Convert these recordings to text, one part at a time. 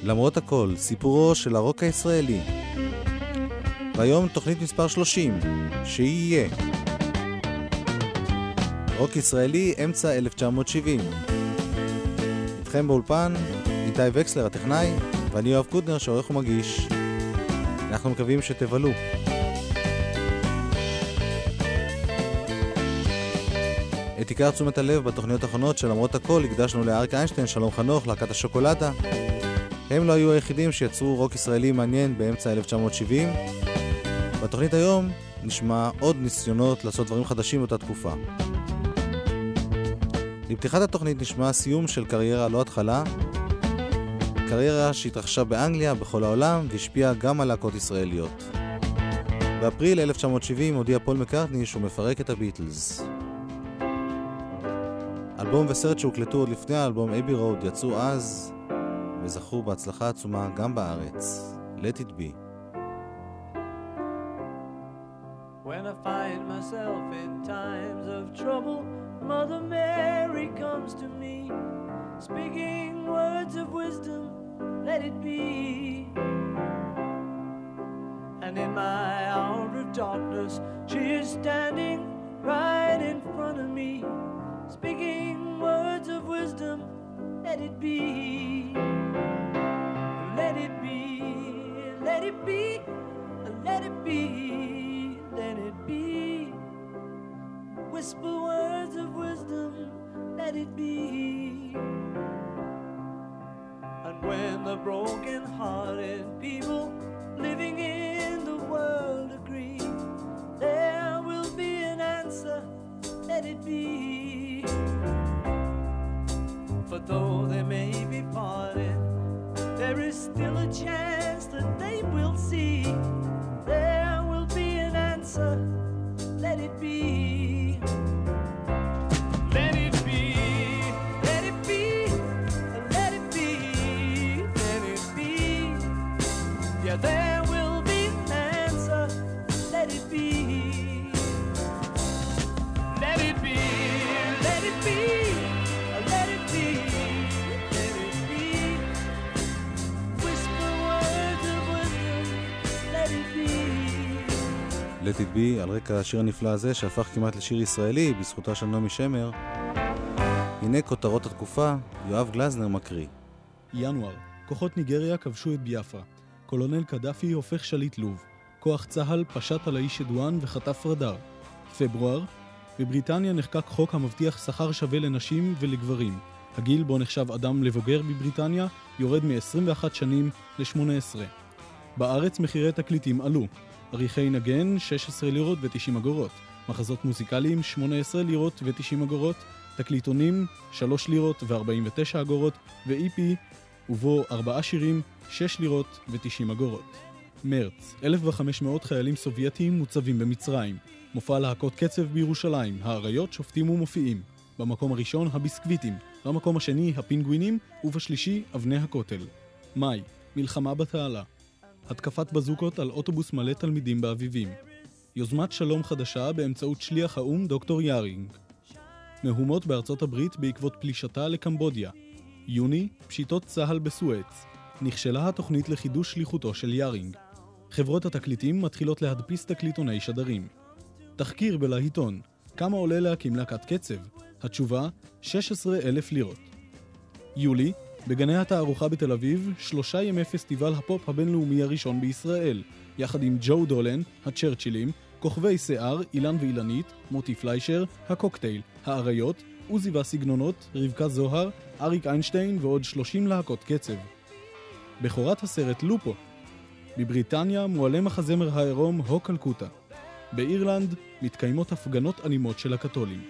למרות הכל, סיפורו של הרוק הישראלי. והיום תוכנית מספר 30, שיהיה רוק ישראלי אמצע 1970. איתכם באולפן, איתי וקסלר הטכנאי, ואני יואב קודנר שעורך ומגיש. אנחנו מקווים שתבלו. את עיקר תשומת הלב בתוכניות האחרונות של למרות הכל הקדשנו לאריק איינשטיין, שלום חנוך, להקת השוקולדה. הם לא היו היחידים שיצרו רוק ישראלי מעניין באמצע 1970. בתוכנית היום נשמע עוד ניסיונות לעשות דברים חדשים באותה תקופה. לפתיחת התוכנית נשמע סיום של קריירה לא התחלה, קריירה שהתרחשה באנגליה, בכל העולם, והשפיעה גם על להקות ישראליות. באפריל 1970 הודיע פול מקרטני שהוא מפרק את הביטלס. אלבום וסרט שהוקלטו עוד לפני האלבום אבי רוד יצאו אז וזכו בהצלחה עצומה גם בארץ. Let it be. When I find myself in times of trouble, Mother Mary comes to me, speaking words of wisdom, let it be. And in my hour of darkness, she is standing right in front of me, speaking words of wisdom, let it be. Let it be, let it be, let it be, let it be. Whisper words of wisdom, let it be. And when the broken-hearted people living in the world agree, there will be an answer, let it be. For though they may be parted, there is still a chance that they will see. There will be an answer, let it be. Let it be, let it be, let it be, let it be. Yeah, there will be an answer, let it be. Let it be, let it be, let it be, let it be. Whisper words of wisdom, let it be. Let it be, על רקע השיר הנפלא הזה שהפך כמעט לשיר ישראלי בזכותה של נעמי שמר. הנה כותרות התקופה, יואב גלזנר מקריא. ינואר, כוחות ניגריה כבשו את ביאפרה. קולונל קדאפי הופך שליט לוב. כוח צהל פשט על האיש שדואן וחטף רדאר. פברואר, בבריטניה נחקק חוק המבטיח שכר שווה לנשים ולגברים. הגיל בו נחשב אדם לבוגר בבריטניה יורד מ-21 שנים ל-18. בארץ מחירי תקליטים עלו. עריכי נגן 16 לירות ו-90 אגורות. מחזות מוזיקליים 18 לירות ו-90 אגורות. תקליטונים 3 לירות ו-49 אגורות. ו-EP ובו 4 שירים 6 לירות ו-90 אגורות. מרץ, 1,500 חיילים סובייטיים מוצבים במצרים. מופע להקות קצב בירושלים, האריות שופטים ומופיעים. במקום הראשון הביסקוויטים, במקום השני הפינגווינים, ובשלישי אבני הכותל. מאי, מלחמה בתעלה. התקפת בזוקות על אוטובוס מלא תלמידים באביבים. יוזמת שלום חדשה באמצעות שליח האום דוקטור יארינג. מהומות בארצות הברית בעקבות פלישתה לקמבודיה. יוני, פשיטות צהל בסואץ. נכשלה התוכנית לחידוש שליחותו של יארינג. חברות התקליטים מתחילות להדפיס תקליטוני שדרים. תחקיר בלהיטון, כמה עולה להקים להקת קצב? התשובה, 16,000 לירות. יולי, בגני התערוכה בתל אביב, 3 ימי פסטיבל הפופ הבינלאומי הראשון בישראל, יחד עם ג'ו דולן, הצ'רצ'ילים, כוכבי שיער, אילן ואילנית, מוטי פליישר, הקוקטייל, האריות, עוזי והסגנונות, רבקה זוהר, אריק איינשטיין ועוד 30 להקות קצב. בכורת הסרט לופו. בבריטניה מועלה מחזמר העירום הו קלקוטה. באירלנד מתקיימות הפגנות אלימות של הקתולים.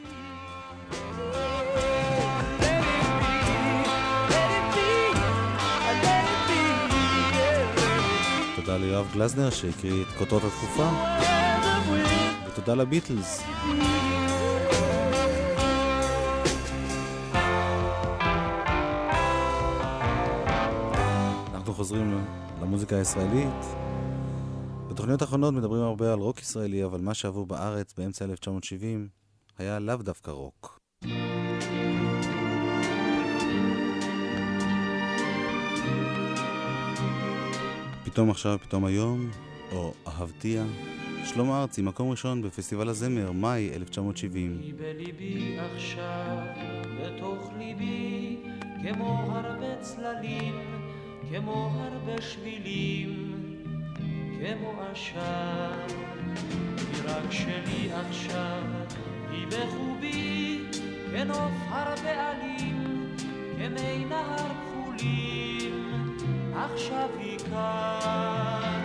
תודה ליואב גלזנר שהקריא את כותרות התקופה, ותודה לביטלס. אנחנו חוזרים למוזיקה הישראלית. בתוכניות האחרונות מדברים הרבה על רוק ישראלי, אבל מה שעבו בארץ באמצע 1970 היה לאו דווקא רוק. פתאום עכשיו, פתאום היום, או אהבתיה. שלמה ארצי, מקום ראשון בפסטיבל הזמר, מאי 1970. היא בליבי עכשיו, בתוך ליבי, כמו הרבה צללים, כמו הרבה שבילים, כמו עשן. היא רק שלי עכשיו, היא בחובי, כנוף הרבה עלים, כמי נהר כחולים, עכשיו היא כאן.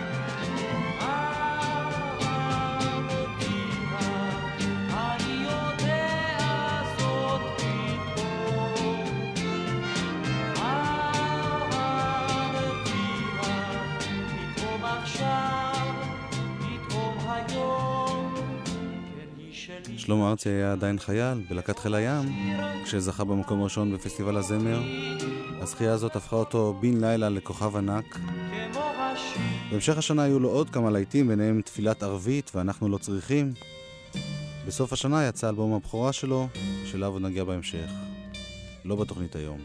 שלמה ארצי היה עדיין חייל בלהקת חיל הים כשזכה במקום ראשון בפסטיבל הזמר. הזכייה הזאת הפכה אותו בן לילה לכוכב ענק. בהמשך השנה היו לו עוד כמה להיטים, ביניהם תפילת ערבית ואנחנו לא צריכים. בסוף השנה יצא אלבום הבכורה שלו, שאליו עוד נגיע בהמשך, לא בתוכנית היום.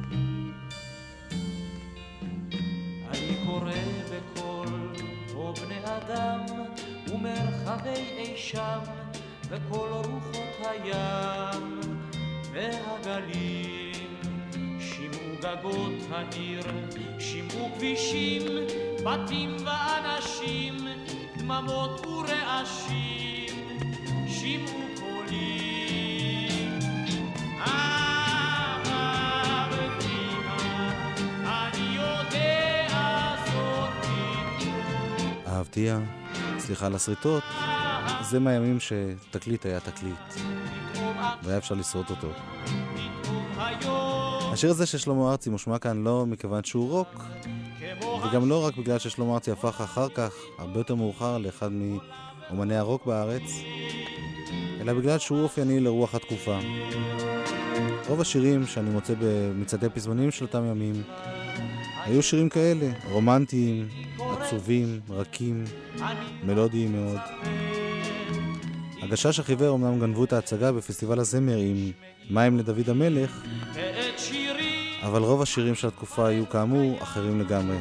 אני קורא בכל או בני אדם ומרחבי אי שם וכל רוחות הים והגלים, שימעו גגות העיר, שימעו כבישים, בתים ואנשים, דממות ורעשים, שימעו קולים. אני יודע זאת פתאום. אהבתיה, סליחה על הסריטות, זה מהימים שתקליט היה תקליט והיה אפשר לשרוט אותו. השיר הזה של שלמה ארצי מושמע כאן לא מכיוון שהוא רוק, וגם לא רק בגלל ששלמה ארצי הפך אחר כך, הרבה יותר מאוחר, לאחד מאומני הרוק בארץ, אלא בגלל שהוא אופייני לרוח התקופה. רוב השירים שאני מוצא במצעדי פזמונים של אותם ימים היו שירים כאלה, רומנטיים, עצובים, רכים, מלודיים מאוד. הגשש החיוור אמנם גנבו את ההצגה בפסטיבל הזמר עם מים לדוד המלך, אבל רוב השירים של התקופה היו כאמור אחרים לגמרי.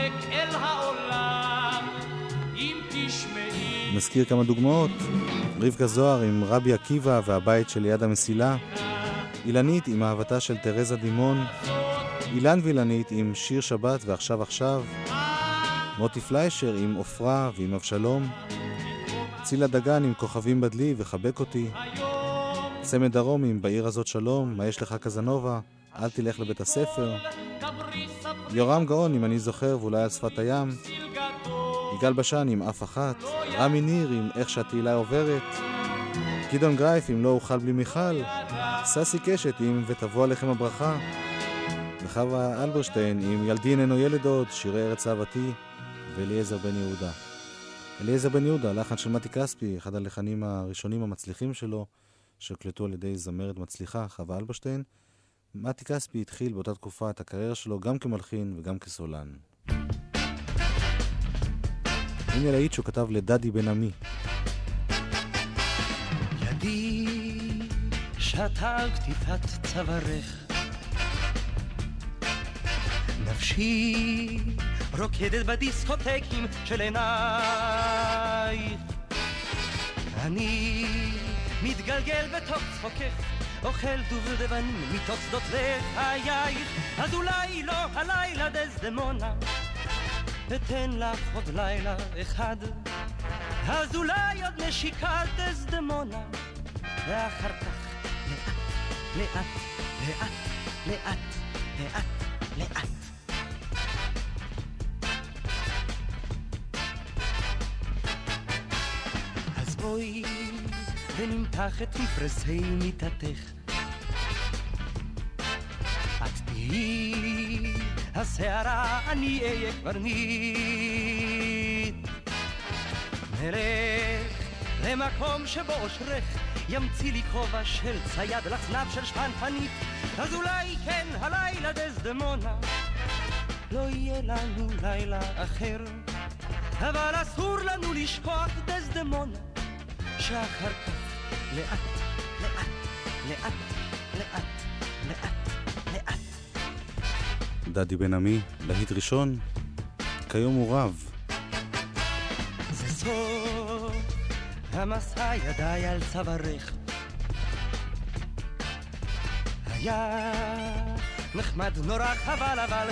נזכיר כמה דוגמאות: רבקה זוהר עם רבי עקיבא והבית שליד המסילה, אילנית עם אהבתה של תרזה דימון, אילן וילנית עם שיר שבת ועכשיו עכשיו, מוטי פליישר עם אופרה ועם אבשלום, צילה דגן עם כוכבים בדלי וחבק אותי, צמד דרום עם בעיר הזאת שלום, מה יש לך קזנובה, אל תלך לבית הספר, יורם גאון עם אני זוכר ואולי על שפת הים, יגאל בשן עם אף אחת, רמי ניר עם איך שהתהילה עוברת, גדעון גרייף עם לא אוכל בלי מיכל, ססי קשת עם ותבוא עליכם הברכה, וחווה אלברשטיין עם ילדי איננו ילד עוד, שירי ארץ אהבתי, ואליעזר בן יהודה. אליעזר בן יהודה, לחן של מתי כספי, אחד הלחנים הראשונים המצליחים שלו, שהקלטו על ידי זמרת מצליחה, חווה אלברשטיין. מתי כספי התחיל באותה תקופה את הקריירה שלו גם כמלחין וגם כסולן. הנה להיט שהוא כתב לדדי בן עמי. ידי שתה על כתיפת צווארך, נפשי רוקדת בדיסקוטקים של עינייך, אני מתגלגל בתוך צחוקך, אוכל דובדבנים מתוך שדות לחייך, אז אולי לא הלילה דזדמונה, אתן לך עוד לילה אחד, אז אולי עוד נשיקה דזדמונה, ואחר כך לאט, לאט, לאט, לאט, לאט, לאט. אז בואי ונמתח את מפרסי מיטתך, את תהיי השערה, אני אהיה קברניט, נלך למקום שבו אושרך ימציא לי כובע של צייד לחנף של שפנפנית, אז אולי כן הלילה דזדמונה לא יהיה לנו לילה אחר, אבל אסור לנו לשכוח דזדמונה, שאחר כך לאט, לאט, לאט, לאט, לאט, לאט. דדי בן עמי, להיט ראשון, כיום הוא רב. זה סוף המסע ידיי על צווארך, היה נחמד נורא אבל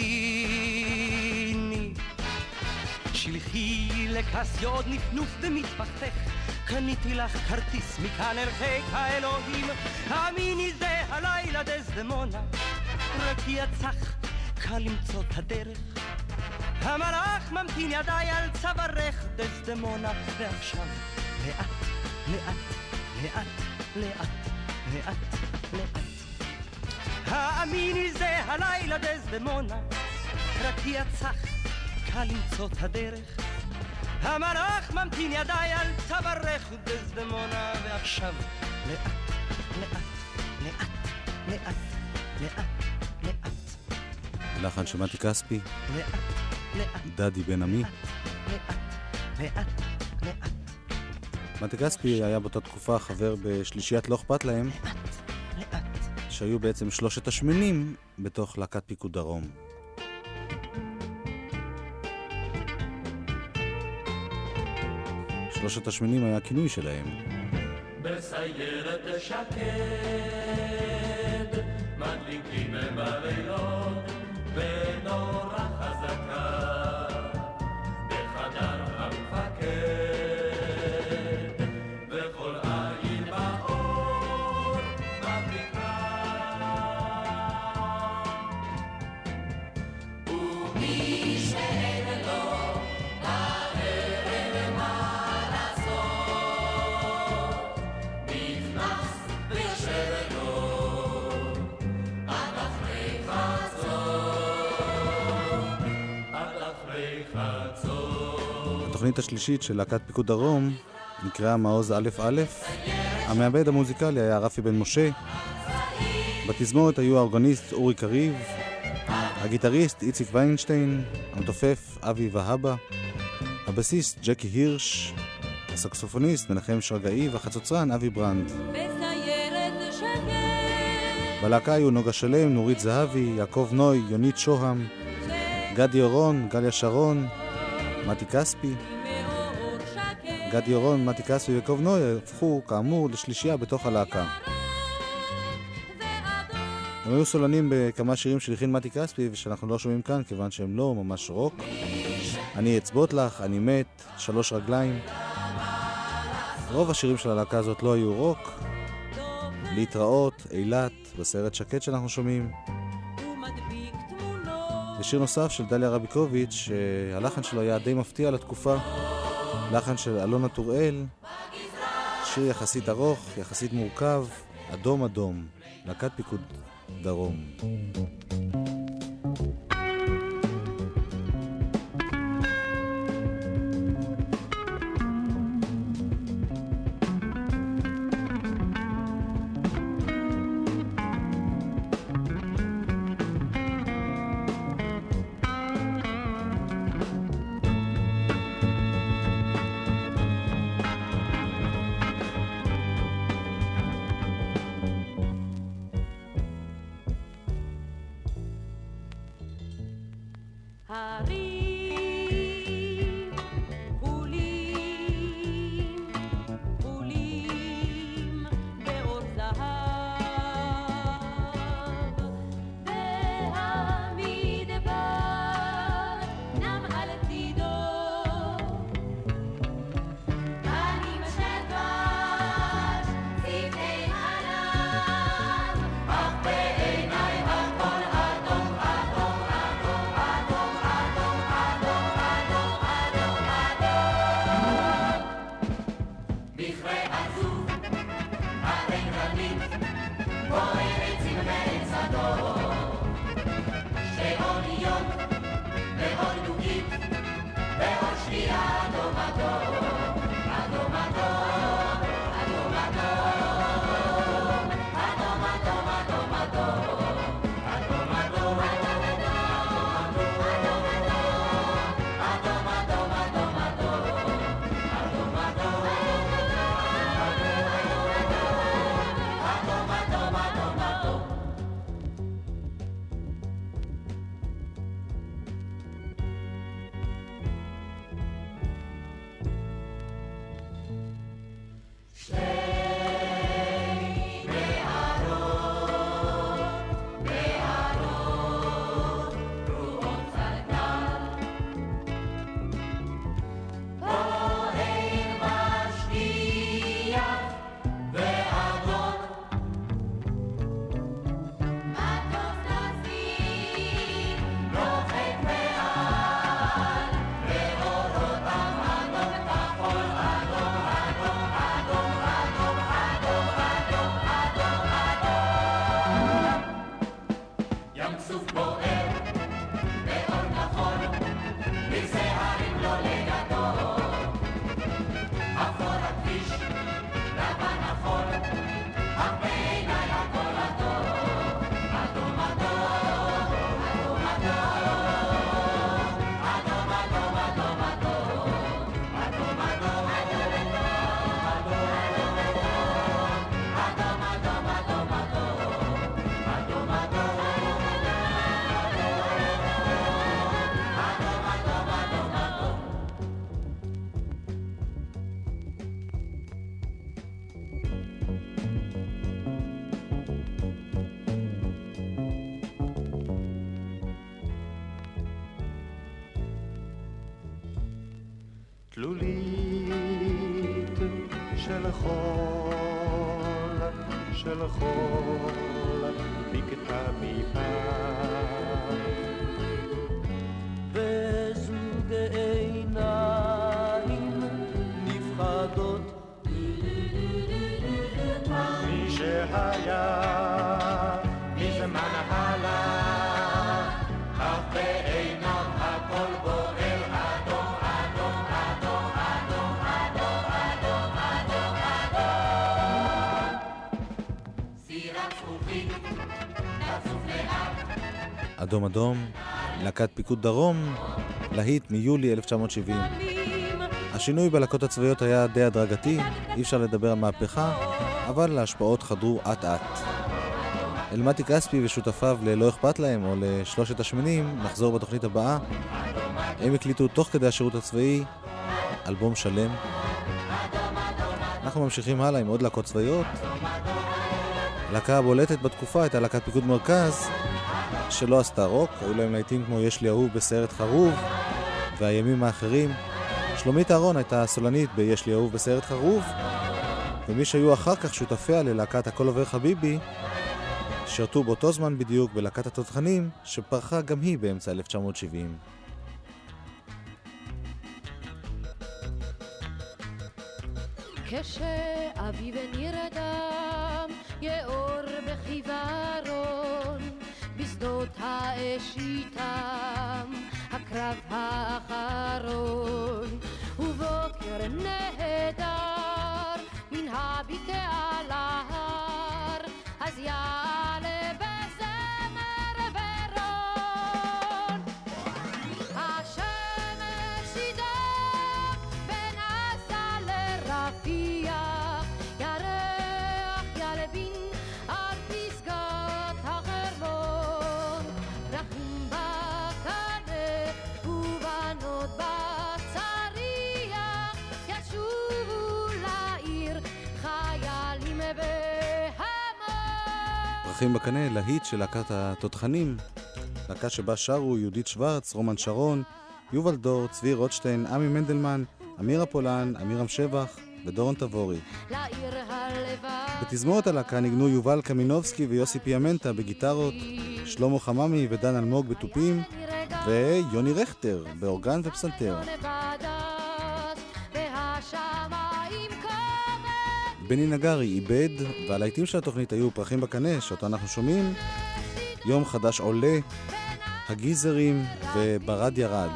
תביני, שלחי לכס יוד נפנוף במטפחתך, קניתי לך כרטיס מכאן אל חיק האלוהים, האמיני זה הלילה דזדמונה, רק יצח קל למצוא את הדרך, המלאך ממתין ידיי על צווארך דזדמונה, ועכשיו לאט לאט לאט לאט לאט לאט, האמיני זה הלילה דזדמונה, רק יצח קל למצוא את הדרך, המלאך ממתין ידיי על צווארך דזדמונה, ועכשיו לאט לאט לאט לאט לאט לאט, לחן של מתי כספי, לאט לאט דדי בן עמי. לאט לאט לאט. מתי כספי היה באותה תקופה חבר בשלישיית לא אכפת להם, שהיו בעצם שלושת השמנים בתוך להקת פיקוד דרום. שלושת השמנים היה הכינוי שלהם. בסיירת שקד מדליקים בלילות ונורא חזקה בחדר המפקד, וכל עין באור מבריקה, ומי שאין לו בערב מה לעשות נכנס ויושב לו עד אחרי חצות. התוכנית השלישית של להקת פיקוד דרום נקראה מעוז א' א'. המעבד המוזיקלי היה רפי בן משה. בתזמורת היו האורגניסט אורי קריב, הגיטריסט איציק ויינשטיין, המתופף אבי והבה, הבסיסט ג'קי הירש, הסקסופוניסט מנחם שרגאי והחצוצרן אבי ברנד. בלהקה היו נוגה שלם, נורית זהבי, יעקב נוי, יונית שוהם, גדי אורון, גליה שרון, מתי כספי. גדי אורון, מתי כספי ויעקב נוי הפכו כאמור לשלישייה בתוך הלהקה. הם היו סולנים בכמה שירים שלכין מתי כספי ושאנחנו לא שומעים כאן כיוון שהם לא ממש רוק. אני אצבות לך, אני מת, שלוש רגליים. רוב השירים של הלהקה הזאת לא היו רוק. להתראות, אילת, בסרט שקט שאנחנו שומעים. ושיר נוסף של דליה רביקוביץ' שהלחן שלו היה די מפתיע לתקופה, לחן של אלונה טוראל, שיר יחסית ארוך, יחסית מורכב, אדום אדום, להקת פיקוד דרום. שלולית של חול, של חול, בקתה מפעם. וזוג עיניים נפחדות מי שהיה מזמן הלך, אך בעיניו הכל בוער אדום, אדום, אדום, אדום, אדום, אדום, אדום, אדום. סירה צפופית, תצוף לאט. אדום אדום, להקת פיקוד דרום, להיט מיולי 1970. השינוי בלהקות הצבאיות היה די הדרגתי, אי אפשר לדבר על מהפכה, אבל ההשפעות חדרו אט אט. אל מתי כספי ושותפיו ללא אכפת להם או לשלושת השמנים נחזור בתוכנית הבאה. הם הקליטו תוך כדי השירות הצבאי אלבום שלם. אנחנו ממשיכים הלאה עם עוד להקות צבאיות. הלהקה הבולטת בתקופה הייתה להקת פיקוד מרכז, שלא עשתה רוק, היו להם להיטים כמו יש לי אהוב בסיירת חרוב והימים האחרים. שלומית אהרון הייתה סולנית ביש לי אהוב בסיירת חרוב, ומי שהיו אחר כך שותפיה ללהקת הכל עובר חביבי שרתו באותו זמן בדיוק בלהקת התותחנים שפרחה גם היא באמצע 1970. כשאביב נרדם יאור בחיוורון בשדות האש איתם הקרב האחרון ובוקר נהדר מן הבקעה על ההר אז יעלה בזמר ורון השמש ידום בין עזה לרפיח ירח ילבין על פסגת החרמון פרחים בקנה ובנות בצריח ישובו לעיר חיילים פרחים בקנה, להיט של להקת התותחנים, להקה שבה שרו יהודית שוורץ, רומן שרון, יובל דור, צבי רוטשטיין, עמי מנדלמן, אמירה פולן, אמירם שבח ודורון תבורי. בתזמורת הלהקה ניגנו יובל קמינובסקי ויוסי פיאמנטה בגיטרות, שלמה חממי ודן אלמוג בתופים, ויוני רכטר באורגן ופסנתר. בני נגרי איבד, והלהיטים של התוכנית היו פרחים בקנה, שאותו אנחנו שומעים, יום חדש עולה, הגיזרים וברד ירד.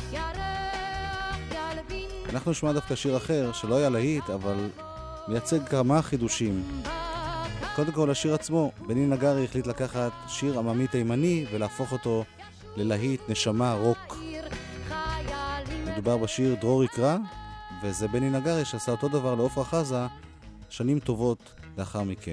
אנחנו נשמע דווקא שיר אחר שלא היה להיט, אבל מייצג כמה חידושים. קודם כל השיר עצמו, בני נגרי החליט לקחת שיר עממי תימני ולהפוך אותו ללהיט נשמה רוק. מדובר בשיר דרור יקרא, וזה בני נגרי שעשה אותו דבר לעופרה חזה שנים טובות לאחר מכן.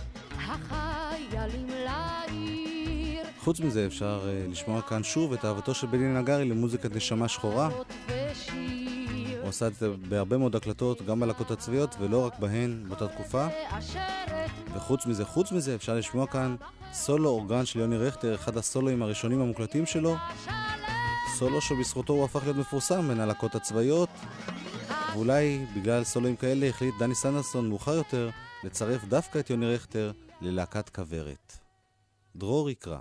חוץ מזה אפשר לשמוע כאן שוב את אהבתו של בני נגרי למוזיקת נשמה שחורה. הוא עשה את זה בהרבה מאוד הקלטות, גם בלהקות הצבאיות ולא רק בהן באותה תקופה. וחוץ מזה אפשר לשמוע כאן סולו אורגן של יוני רכטר, אחד הסולואים הראשונים המוקלטים שלו. סולו שבזכותו הוא הפך להיות מפורסם בין הלהקות הצבאיות. ואולי בגלל סולואים כאלה החליט דני סנדרסון מאוחר יותר לצרף דווקא את יוני רכטר ללהקת כוורת. דרור יקרא.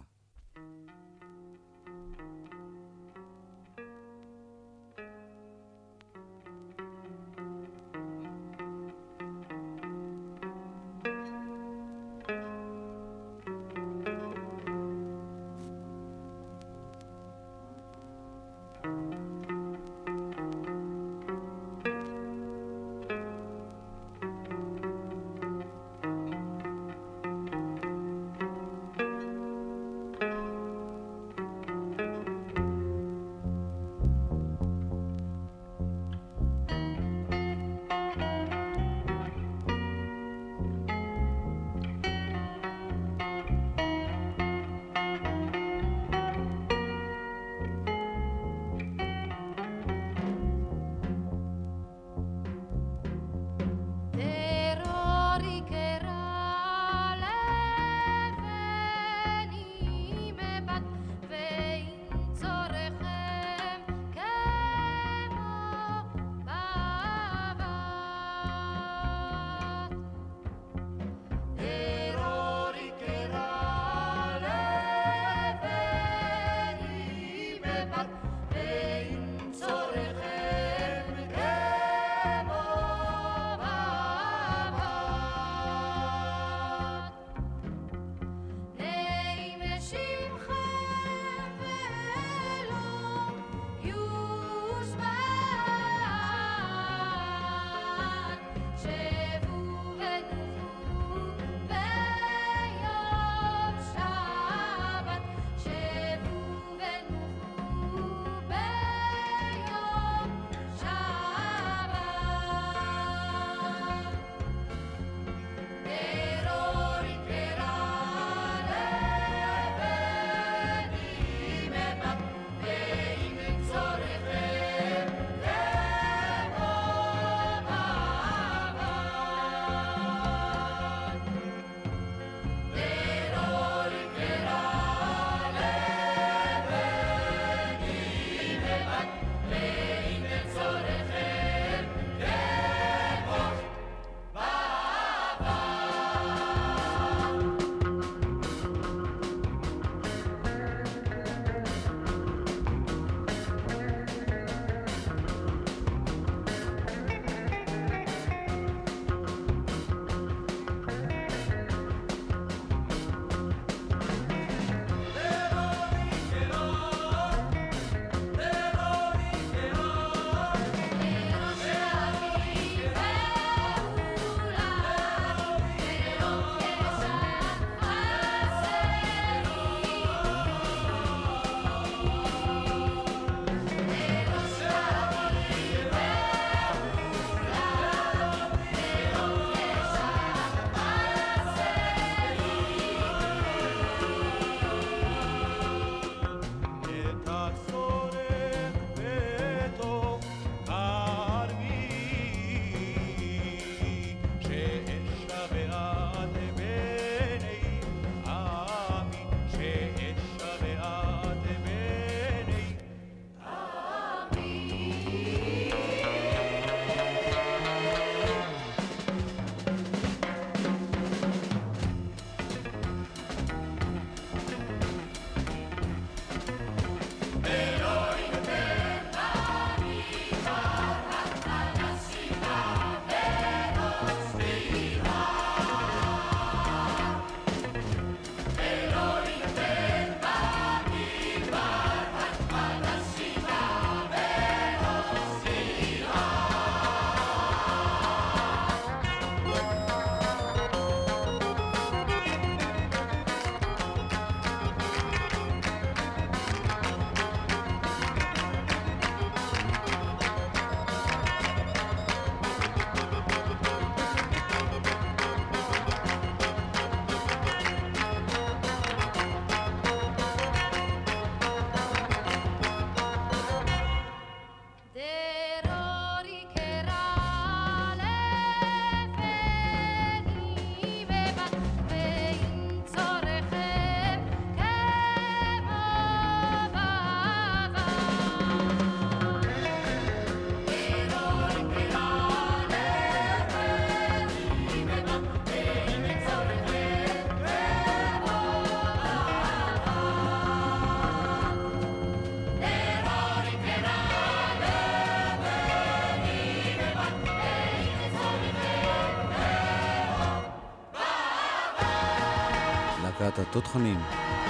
להקת התותחנים,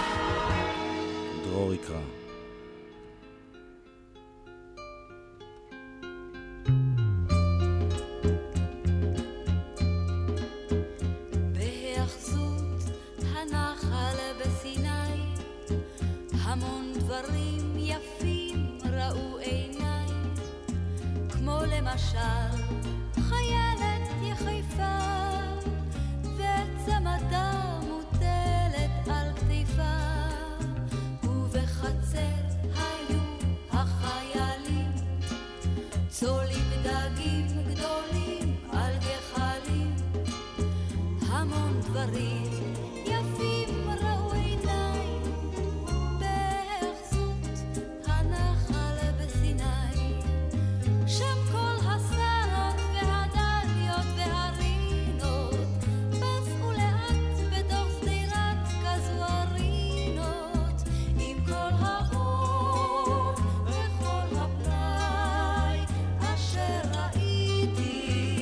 דרור יקרא. בהאחזות הנחל בסיני המון דברים יפים ראו עיניי, כמו למשל חיילת יחיפה וצמדה מוטלת על כתיפה, ובחצר היו החיילים צולים דגים גדולים על גחלים, המון דברים יפים ראו עיניי בהאחזות הנחל בסיני, שם כל הסערות והדליות והרינות פסעו לאט בתוך שדרת כזו הרינות, עם כל האור וכל הפלאי אשר ראיתי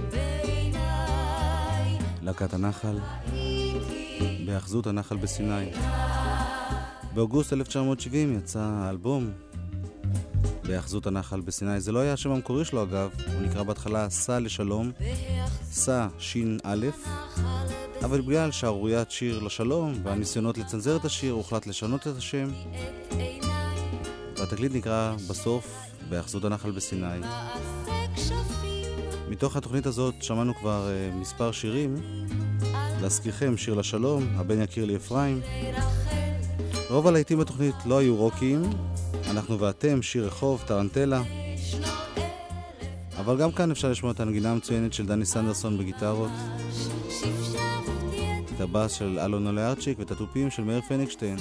בעיניי. להקת הנחל, בהאחזות הנחל בסיני. באוגוסט 1970 יצא האלבום בהאחזות הנחל בסיני. זה לא היה השם המקורי שלו אגב, הוא נקרא בהתחלה סע לשלום, סע שין א', אבל בגלל שערוריית שיר לשלום והניסיונות לצנזר את השיר הוחלט לשנות את השם, והתקליט נקרא בסוף בהאחזות הנחל בסיני. מתוך התוכנית הזאת שמענו כבר מספר שירים. להזכירכם, שיר לשלום, הבן יקיר לי אפרים. רוב הלהיטים בתוכנית לא היו רוקיים, אנחנו ואתם, שיר רחוב, טרנטלה. אבל גם כאן אפשר לשמוע את הנגינה המצוינת של דני סנדרסון בגיטרות, את הבאס של אלון אוליארצ'יק ואת התופים של מאיר פניקשטיין.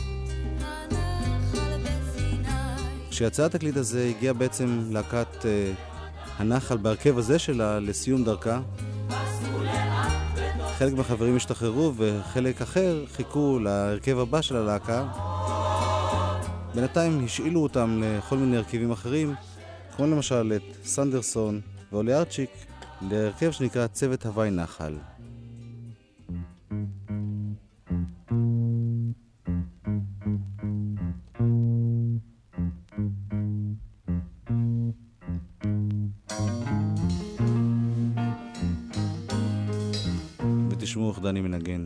כשיצא התקליט הזה הגיע בעצם להקת הנחל בהרכב הזה שלה לסיום דרכה. חלק מהחברים השתחררו וחלק אחר חיכו להרכב הבא של הלהקה. בינתיים השאילו אותם לכל מיני הרכבים אחרים, כמו למשל את סנדרסון ואוליארצ'יק, להרכב שנקרא צוות הוואי נחל. ותשמעו איך דני מנגן.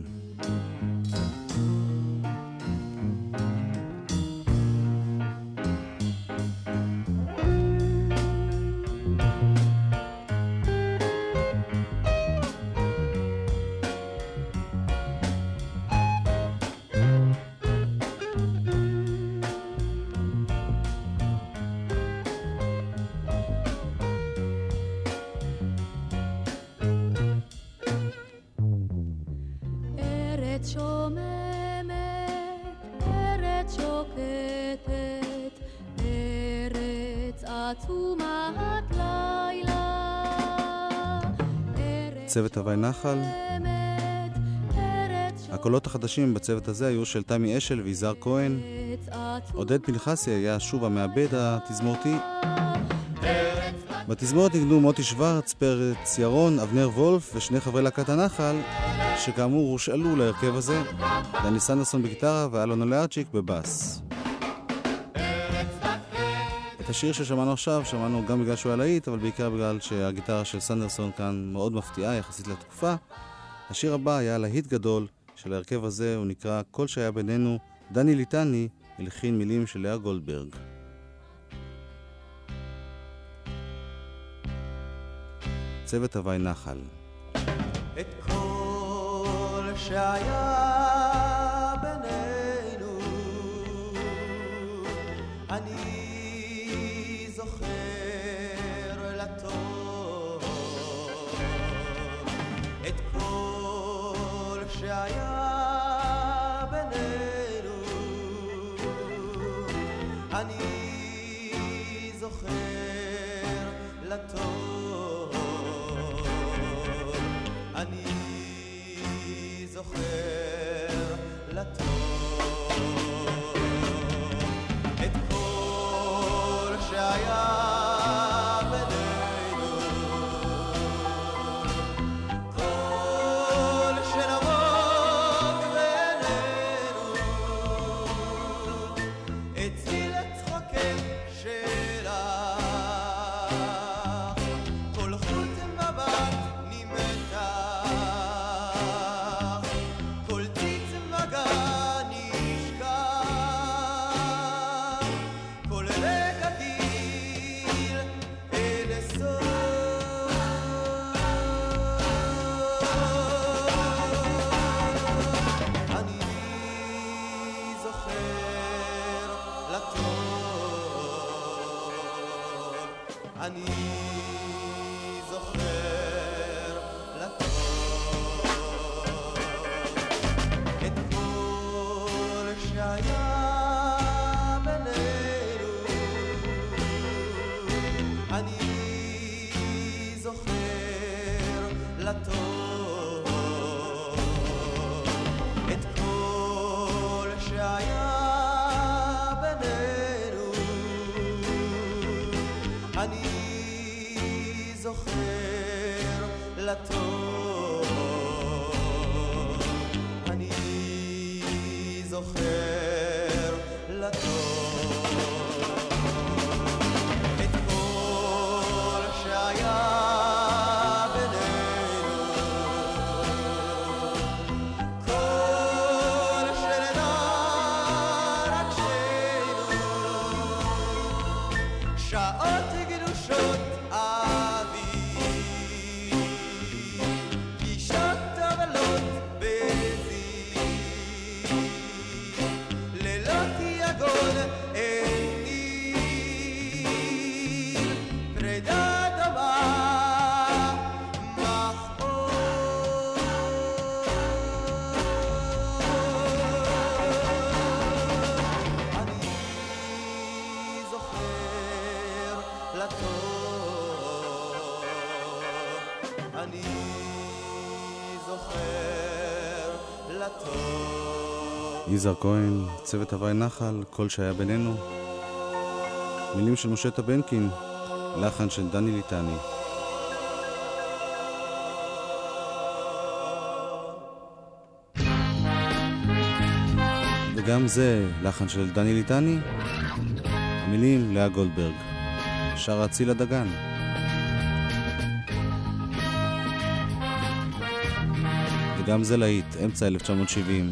צוות הוואי נחל. הקולות החדשים בצוות הזה היו של תמי אשל ויזהר כהן. עודד פנחסי היה שוב המעבד התזמורתי. בתזמורת נגנו מוטי שוורץ, פרץ ירון, אבנר וולף ושני חברי להקת הנחל שכאמור הושאלו להרכב הזה, דני סנדרסון בגיטרה ואלון אוליארצ'יק בבאס. את השיר ששמענו עכשיו שמענו גם בגלל שהוא היה להיט, אבל בעיקר בגלל שהגיטרה של סנדרסון כאן מאוד מפתיעה יחסית לתקופה. השיר הבא היה להיט גדול של ההרכב הזה, הוא נקרא כל שהיה בינינו. דני ליטני הלחין מילים של לאה גולדברג. צוות הוואי נחל. את כל שהיה בינינו אני זוכר לטוב, את כל שהיה בינינו אני זוכר לטוב, אני זוכר לטוב, את כל שהיה בינינו אני זוכר לטוב, אני זוכר לטוב, את כל שהיה יזהר כהן, צוות הוואי נחל, כל שהיה בינינו. מילים של משה טבנקין, לחן של דני ליטני. וגם זה לחן של דני ליטני. המילים לאה גולדברג. שרה צילה דגן. וגם זה להיט, אמצע 1970.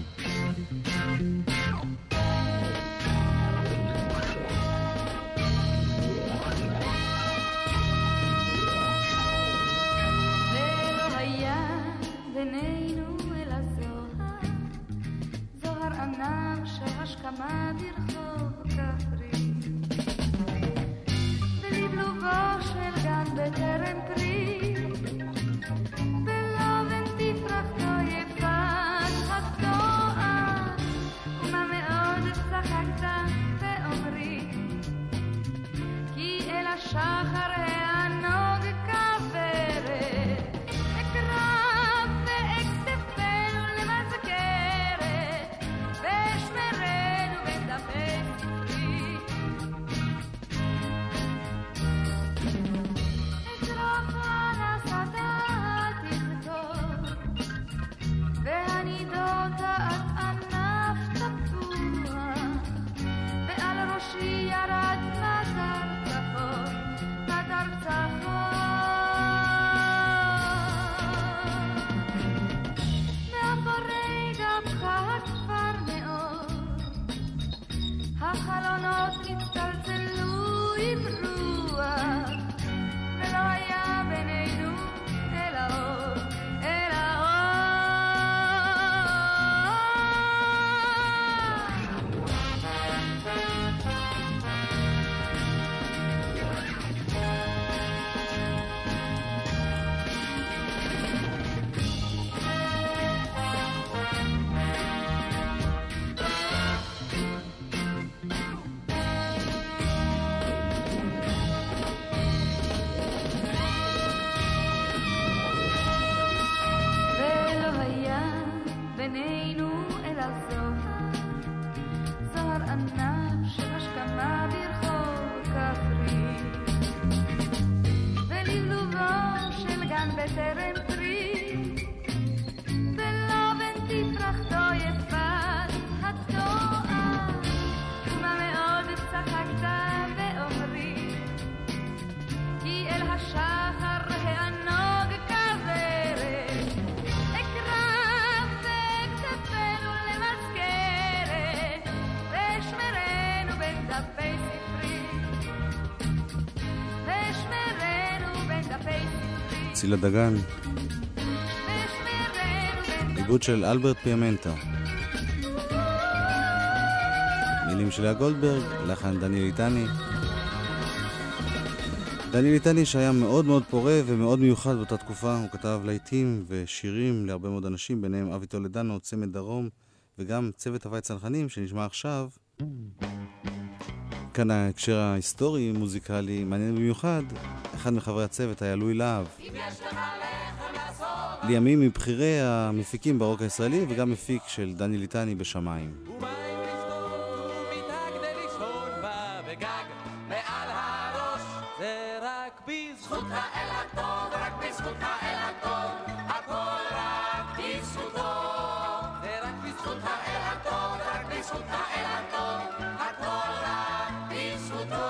צילה דגן, עיבוד של אלברט פיאמנטה, מילים של לאה גולדברג, לחן דני ליטני. דני ליטני שהיה מאוד מאוד פורה ומאוד מיוחד באותה תקופה. הוא כתב להיטים ושירים להרבה מאוד אנשים, ביניהם אבי טולדנו, צמד דרום וגם צוות הוואי צנחנים שנשמע עכשיו. כאן ההקשר ההיסטורי, מוזיקלי, מעניין במיוחד. אחד מחברי הצוות היה לואי להב. אם יש לך לחם לעשות לימים מבחירי המפיקים ברוק הישראלי, וגם מפיק של דני ליטני בשמיים. ומים לשתות, מיטה כדי לישון בה, וגג מעל הראש, זה רק בזכות האל הטוב, רק בזכות האל הטוב, הכל רק בזכותו. זה רק בזכות האל הטוב, רק בזכות האל הטוב, הכל רק בזכותו.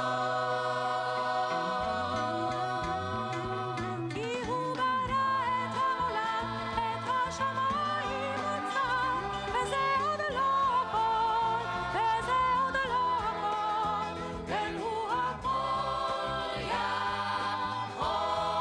כי הוא ברא את העולם, את השמיים וצר, וזה עוד לא הכל, וזה עוד לא הכל, כן הוא הכל יכול.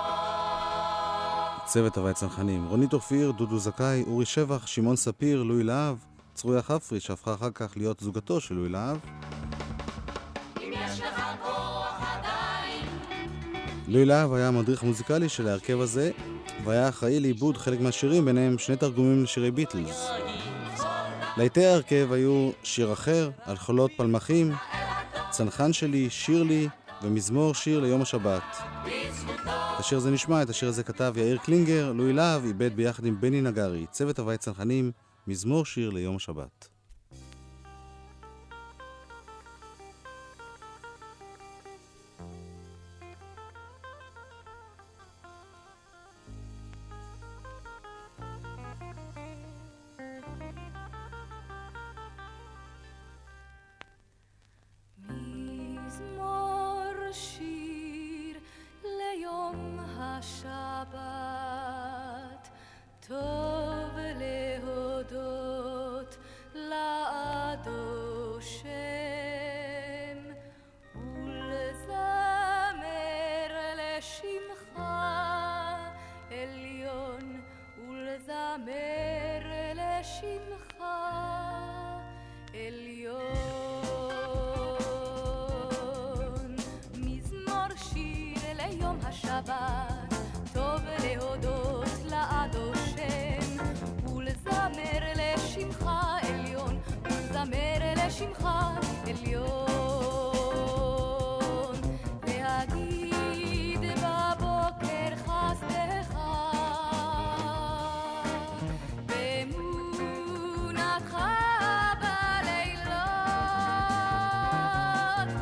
צוות הווי צנחנים, רונית אופיר, דודו זכאי, אורי שבח, שמעון ספיר, לואי להב, צרויה חפרי, שהפכה אחר כך להיות זוגתו של לואי להב. אם יש לך כוח עדיין, לואי להב היה המדריך המוזיקלי של ההרכב הזה, והיה אחראי לעיבוד חלק מהשירים, ביניהם שני תרגומים לשירי ביטלס. להיטי ההרכב היו שיר אחר, על חולות פלמחים, צנחן שלי, שיר לי, ומזמור שיר ליום השבת. את השיר הזה נשמע, את השיר הזה כתב יאיר קלינגר, לואי להב איבד ביחד עם בני נגרי, צוות הווי צנחנים, מזמור שיר ליום השבת. מזמור שיר ליום השבת, טוב להודות לעדו שם, ולזמר לשמך עליון, ולזמר לשמך עליון. מזמור שיר ליום השבת, טוב להודות לעדו שם, ולזמר לשמך עליון, ולזמר לשמך עליון. להגיד בבוקר חסדך, באמונתך בלילות,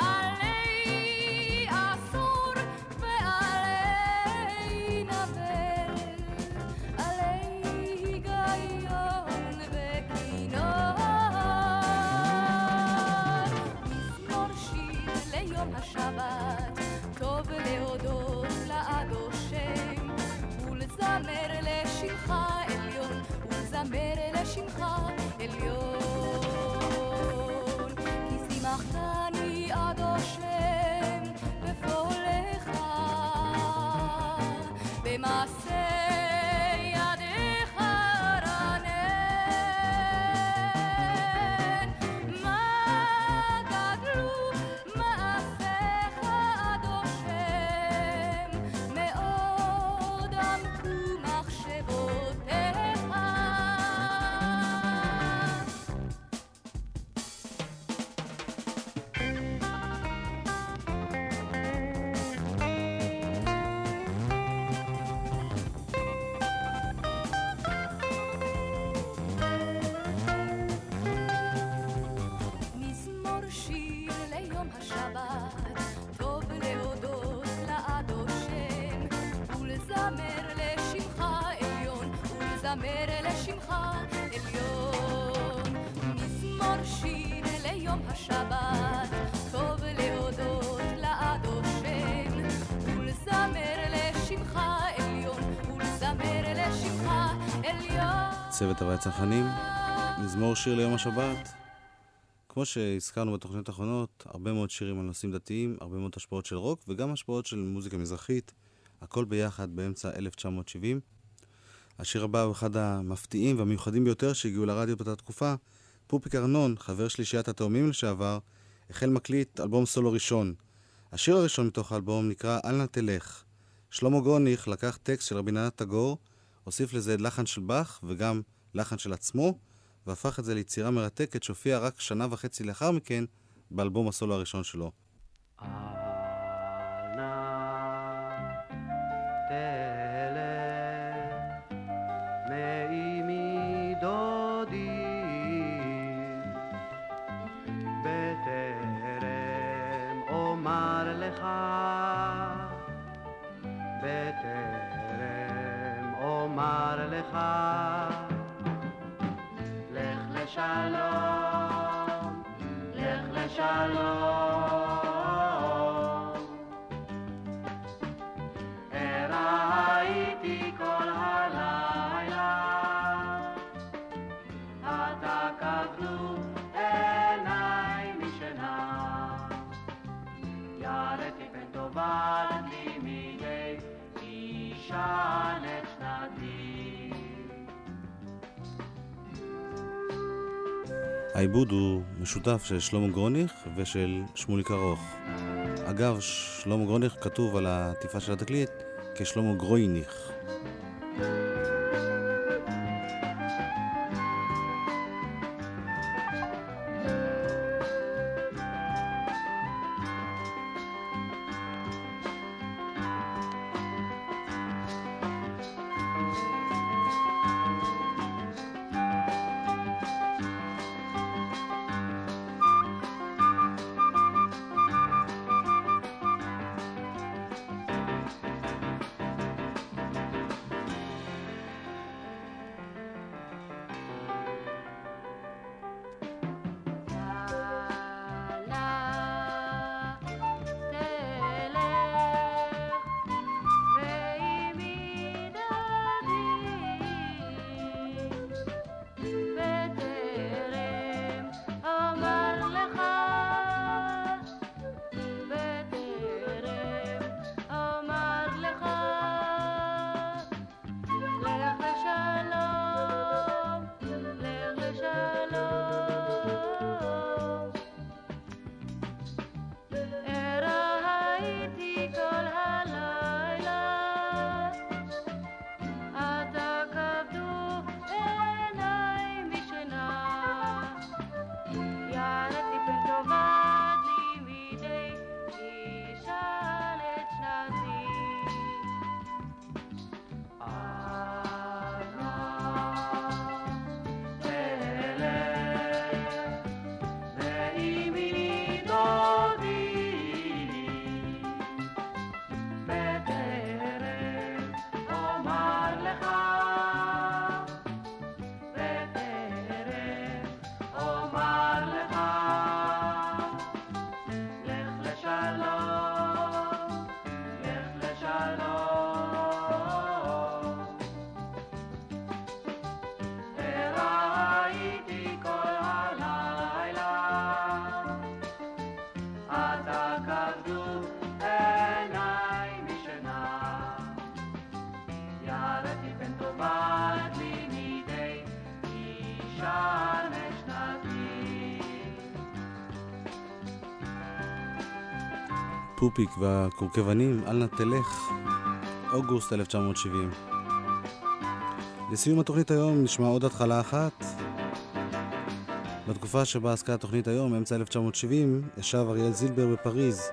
עלי אסור ועלי נבל, עלי היגיון וכינון. מזמור שיר ליום השבת, טוב להודות לעדו שם, ולזמר לשמך עליון, ולזמר לשמך עליון. כי שימחתני עדו שם בפועלך, במעשה ידיך רנן. מה גדלו מעשיך עדו שם, מאוד עמקו מחשבותיך. מזמור שיר ליום השבת, טוב להודות לעדו שם, ולזמר לשמך עליון, ולזמר לשמך עליון. מזמור שיר ליום השבת, טוב להודות לעדו שם, ולזמר לשמך עליון, ולזמר לשמך עליון. צוות הווי צנחנים, מזמור שיר ליום השבת. כמו שהזכרנו בתוכניות האחרונות, הרבה מאוד שירים על נושאים דתיים, הרבה מאוד השפעות של רוק, וגם השפעות של מוזיקה מזרחית, הכל ביחד באמצע 1970. השיר הבא הוא אחד המפתיעים והמיוחדים ביותר שהגיעו לרדיו באותה תקופה. פופיק ארנון, חבר שלישיית התאומים לשעבר, החל מקליט אלבום סולו ראשון. השיר הראשון מתוך האלבום נקרא אל נא תלך. שלמה גורניך לקח טקסט של רבינתן טגור, הוסיף לזה לחן של באך וגם לחן של עצמו, והפך את זה ליצירה מרתקת שהופיעה רק 1.5 שנה לאחר מכן באלבום הסולו הראשון שלו. אל נא תלך לך, לך לשלום, לך לשלום. ערה הייתי כל הלילה, עתה כבדו עיניי משינה. ירדתי פן תאבד לי מדי, אישן את שנתי. העיבוד הוא משותף של שלמה גרוניך ושל שמוליק ארוך. אגב, שלמה גרוניך כתוב על העטיפה של התקליט כשלמה גרויניך. פופיק והקורקבנים, אל נא תלך, אוגוסט 1970. לסיום התוכנית היום נשמע עוד התחלה אחת. בתקופה שבה עסקה התוכנית היום, אמצע 1970, ישב אריאל זילבר בפריז.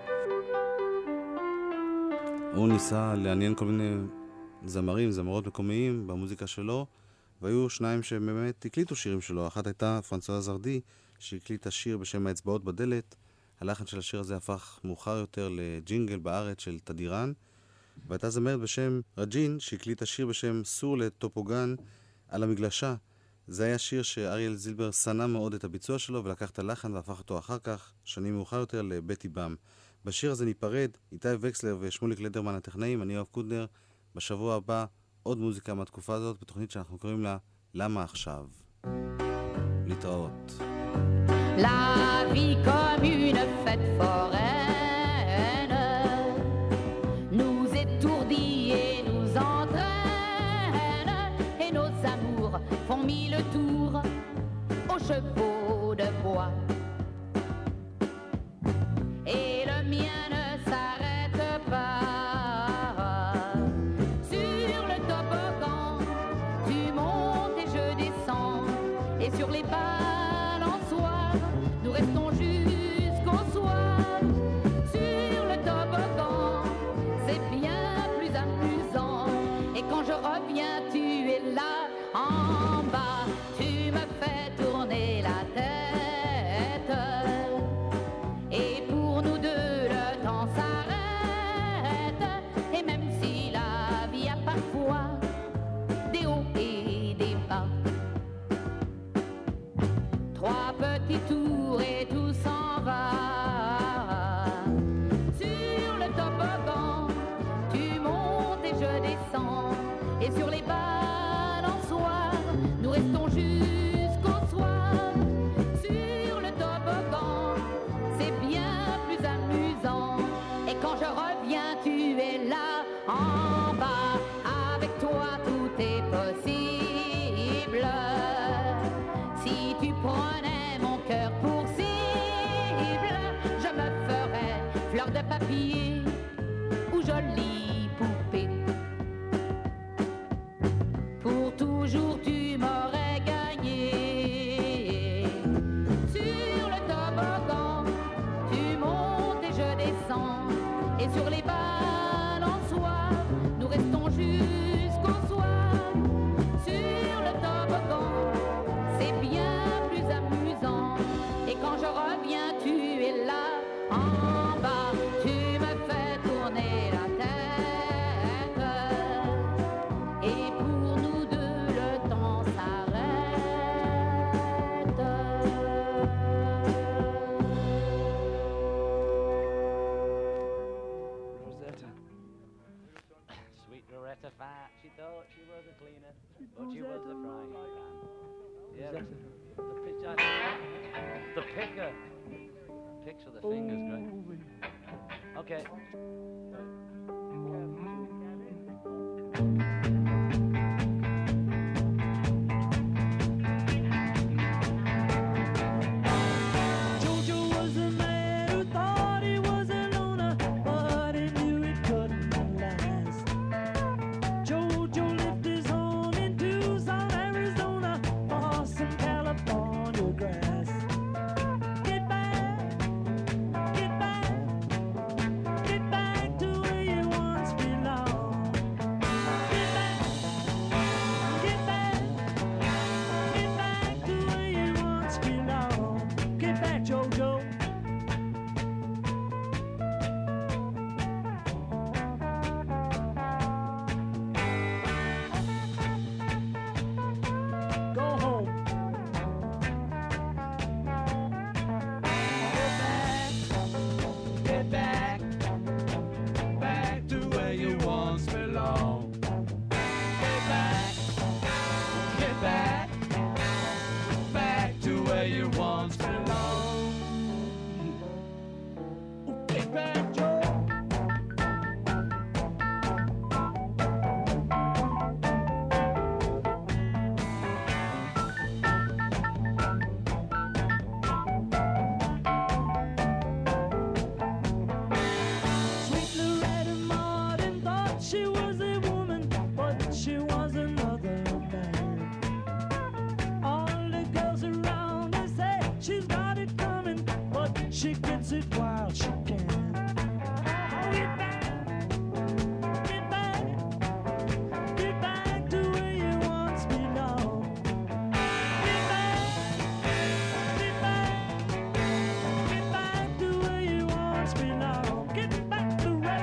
הוא ניסה לעניין כל מיני זמרים, זמרות מקומיים במוזיקה שלו, והיו שניים שבאמת הקליטו שירים שלו. אחת הייתה פרנסואה זרדי, שהקליטה שיר בשם האצבעות בדלת. הלחן של השיר הזה הפך מאוחר יותר לג'ינגל בארץ של תדירן, והייתה זמרת בשם רג'ין שהקליטה שיר בשם סור לטופוגן על המגלשה. זה היה שיר שאריאל זילבר שנא מאוד את הביצוע שלו ולקח את הלחן והפך אותו אחר כך, שנים מאוחר יותר, לבטי בם. בשיר הזה ניפרד, איתי וקסלר ושמוליק לדרמן הטכנאים, אני יואב קודנר. בשבוע הבא עוד מוזיקה מהתקופה הזאת בתוכנית שאנחנו קוראים לה למה עכשיו. להתראות. La vie comme une fête foraine nous étourdit et nous entraîne, et nos amours font mille tours aux chevaux de bois. Et le mien ne s'arrête pas sur le toboggan, tu montes et je descends, et sur les balançoires nous restons jusqu'au soir. Sur le toboggan, c'est bien plus amusant, et quand je reviens tu es là en bas, tu me fais tourner la tête. papillé ou jolie poupée. Pour toujours tu m'aurais gagné. Sur le toboggan, tu montes et je descends. Et sur les balançoires, nous restons jusqu'au soir. Sur le toboggan, c'est bien plus amusant. Et quand je reviens, tu es là en bas. Tu me fais tourner la tête. Et pour nous deux, le temps s'arrête. Rosetta. Sweet Loretta Fat. She thought she was a cleaner, but she was a frying pan. Yeah, the picker. Picks with the fingers, great. Okay. Jojo was a man who thought he was a loner, but he knew it couldn't last. Jojo lived his home in Tucson, Arizona, for some California grass. Get back, get back, get back to where you once belonged. Get back, get back, get back to where you once belonged. Get back, Jojo. Go home. Get back, back to where you once belonged. Get back, back to where you once belonged. Get back, Joe. Sweet Loretta Martin thought she was a woman, but she was another man. All the girls around her say she's got it coming, but she gets it while she can. Get back, get back, get back to where you once belonged. Get back, get back, get back to where you once belonged. Get back to where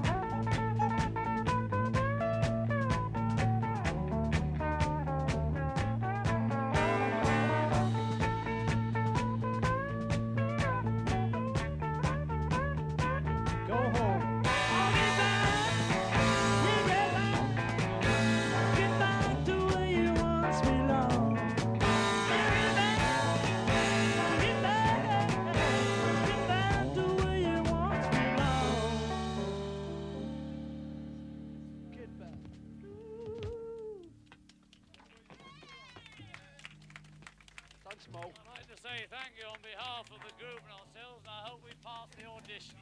go home. Get back, get back to where you once belonged. Get back, get back, get back to where you once belonged. Get back. Thanks, Mo. I'd like to say thank you on behalf of the group and ourselves, and I hope we pass the audition.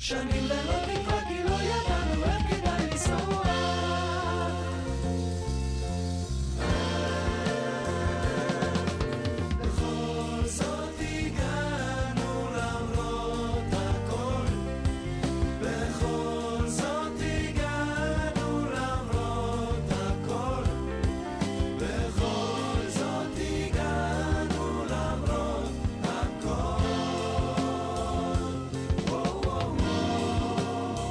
שנים ללא תקווה כי לא ידענו איך כדאי לנסוע. בכל זאת הגענו למרות הכל, בכל זאת הגענו למרות הכל, בכל זאת הגענו למרות הכל. וואו וואו וואו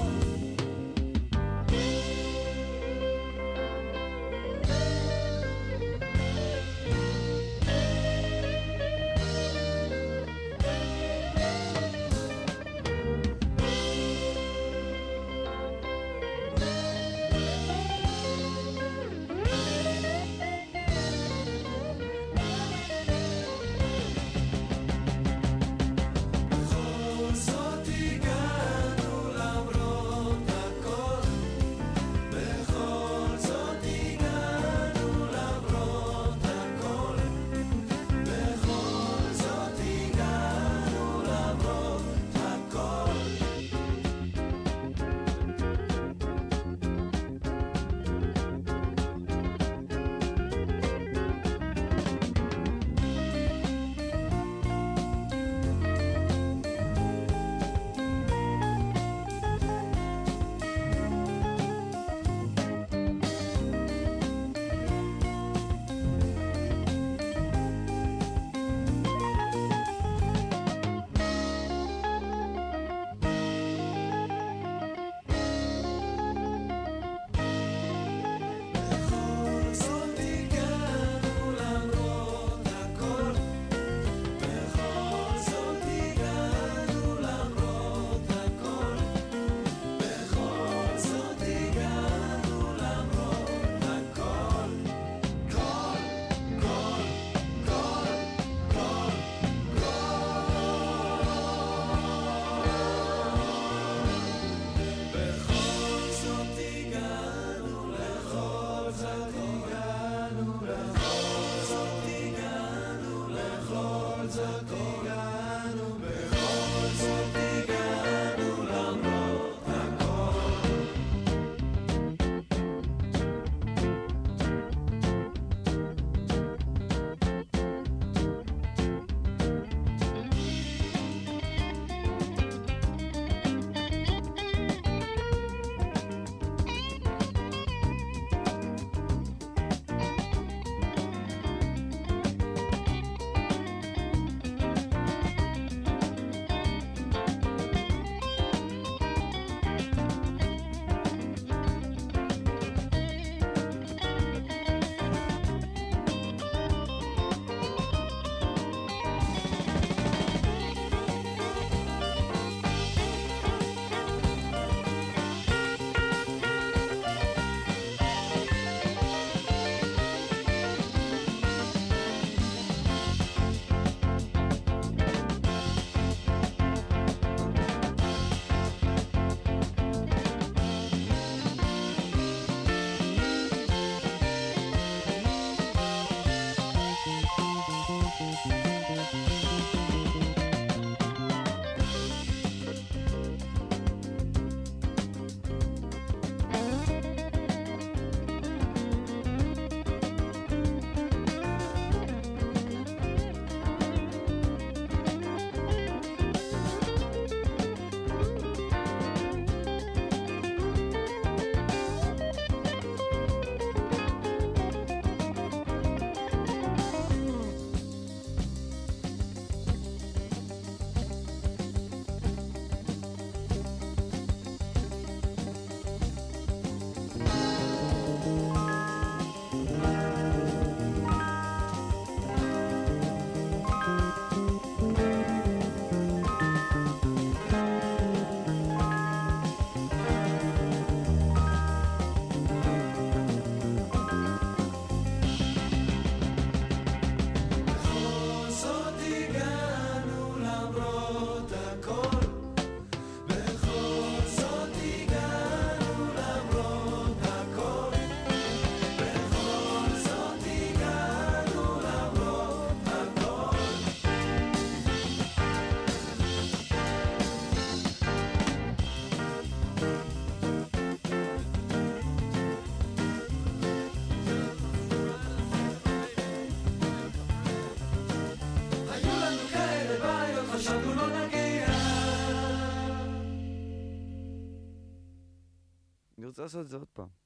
אני רוצה לעשות את זה עוד פעם.